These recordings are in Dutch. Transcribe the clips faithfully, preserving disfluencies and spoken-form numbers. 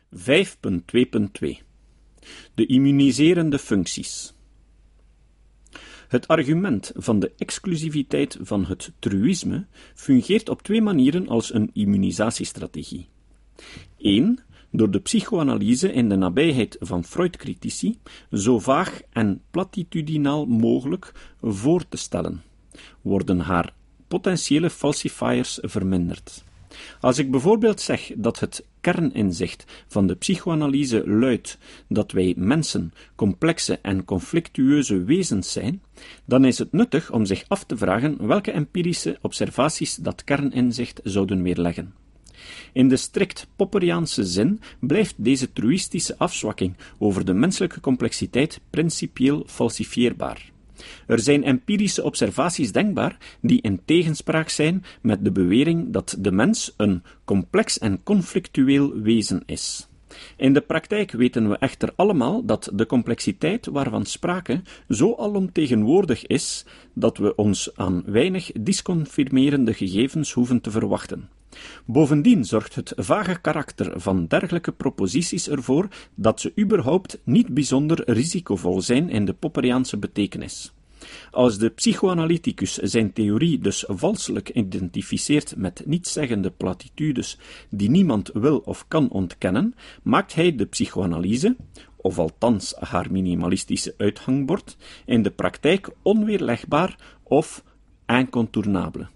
vijf punt twee punt twee De immuniserende functies. Het argument van de exclusiviteit van het truïsme fungeert op twee manieren als een immunisatiestrategie. één. Door de psychoanalyse in de nabijheid van Freud-critici zo vaag en platitudinaal mogelijk voor te stellen, worden haar potentiële falsifiers verminderd. Als ik bijvoorbeeld zeg dat het kerninzicht van de psychoanalyse luidt dat wij mensen complexe en conflictueuze wezens zijn, dan is het nuttig om zich af te vragen welke empirische observaties dat kerninzicht zouden weerleggen. In de strikt Popperiaanse zin blijft deze truïstische afzwakking over de menselijke complexiteit principieel falsifieerbaar. Er zijn empirische observaties denkbaar die in tegenspraak zijn met de bewering dat de mens een complex en conflictueel wezen is. In de praktijk weten we echter allemaal dat de complexiteit waarvan sprake zo alomtegenwoordig is dat we ons aan weinig disconfirmerende gegevens hoeven te verwachten. Bovendien zorgt het vage karakter van dergelijke proposities ervoor dat ze überhaupt niet bijzonder risicovol zijn in de Popperiaanse betekenis. Als de psychoanalyticus zijn theorie dus valselijk identificeert met nietszeggende platitudes die niemand wil of kan ontkennen, maakt hij de psychoanalyse, of althans haar minimalistische uithangbord, in de praktijk onweerlegbaar of incontournable.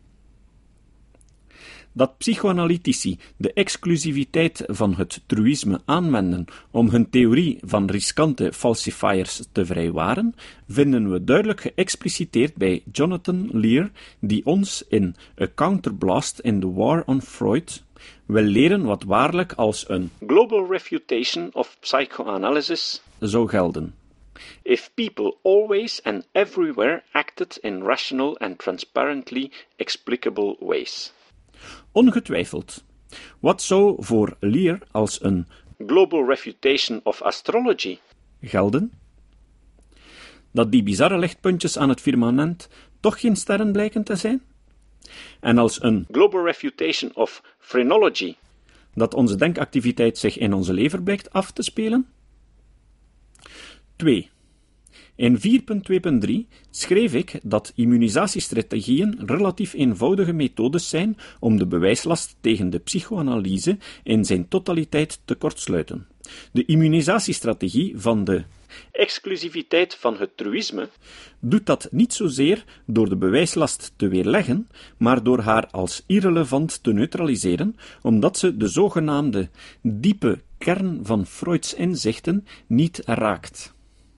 Dat psychoanalytici de exclusiviteit van het truïsme aanwenden om hun theorie van riskante falsifiers te vrijwaren, vinden we duidelijk geëxpliciteerd bij Jonathan Lear, die ons in A Counterblast in the War on Freud wil leren wat waarlijk als een global refutation of psychoanalysis zou gelden. If people always and everywhere acted in rational and transparently explicable ways. Ongetwijfeld. Wat zou voor Lear als een global refutation of astrology gelden? Dat die bizarre lichtpuntjes aan het firmament toch geen sterren blijken te zijn? En als een global refutation of phrenology dat onze denkactiviteit zich in onze lever blijkt af te spelen? twee. In vier punt twee punt drie schreef ik dat immunisatiestrategieën relatief eenvoudige methodes zijn om de bewijslast tegen de psychoanalyse in zijn totaliteit te kortsluiten. De immunisatiestrategie van de exclusiviteit van het truïsme doet dat niet zozeer door de bewijslast te weerleggen, maar door haar als irrelevant te neutraliseren, omdat ze de zogenaamde diepe kern van Freuds inzichten niet raakt.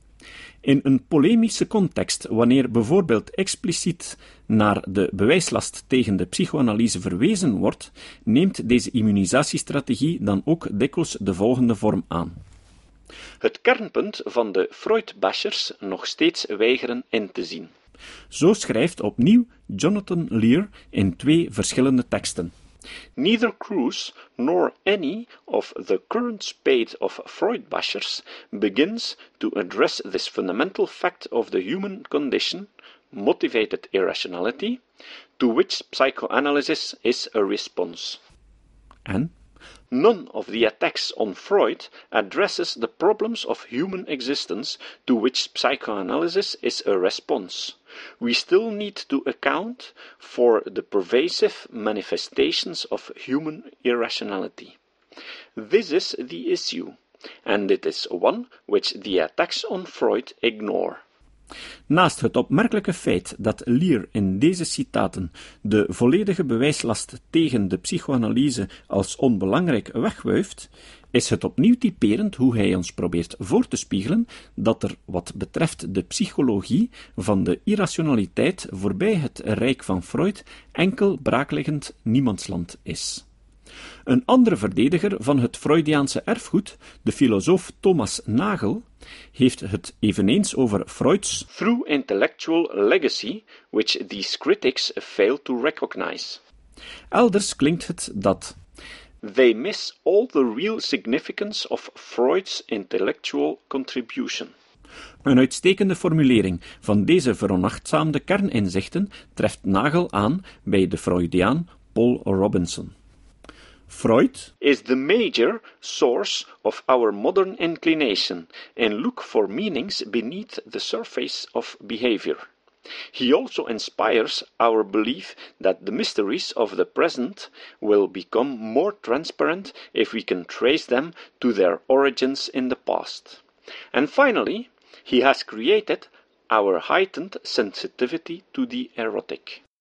In een polemische context, wanneer bijvoorbeeld expliciet naar de bewijslast tegen de psychoanalyse verwezen wordt, neemt deze immunisatiestrategie dan ook dikwijls de volgende vorm aan. Het kernpunt van de Freud-bashers nog steeds weigeren in te zien. Zo schrijft opnieuw Jonathan Lear in twee verschillende teksten. Neither Kruse nor any of the current spate of Freud-bashers begins to address this fundamental fact of the human condition, motivated irrationality, to which psychoanalysis is a response. En? None of the attacks on Freud addresses the problems of human existence to which psychoanalysis is a response. We still need to account for the pervasive manifestations of human irrationality. This is the issue, and it is one which the attacks on Freud ignore. Naast het opmerkelijke feit dat Lear in deze citaten de volledige bewijslast tegen de psychoanalyse als onbelangrijk wegwuift, is het opnieuw typerend hoe hij ons probeert voor te spiegelen dat er wat betreft de psychologie van de irrationaliteit voorbij het rijk van Freud enkel braakliggend niemandsland is. Een andere verdediger van het Freudiaanse erfgoed, de filosoof Thomas Nagel, heeft het eveneens over Freud's through intellectual legacy, which these critics fail to recognize. Elders klinkt het dat they miss all the real significance of Freud's intellectual contribution. Een uitstekende formulering van deze veronachtzaamde kerninzichten treft Nagel aan bij de Freudiaan Paul Robinson. Freud is the major source of our modern inclination and look for meanings beneath the surface of behavior. He also inspires our belief that the mysteries of the present will become more transparent if we can trace them to their origins in the past. And finally, he has created our heightened sensitivity to the erotic.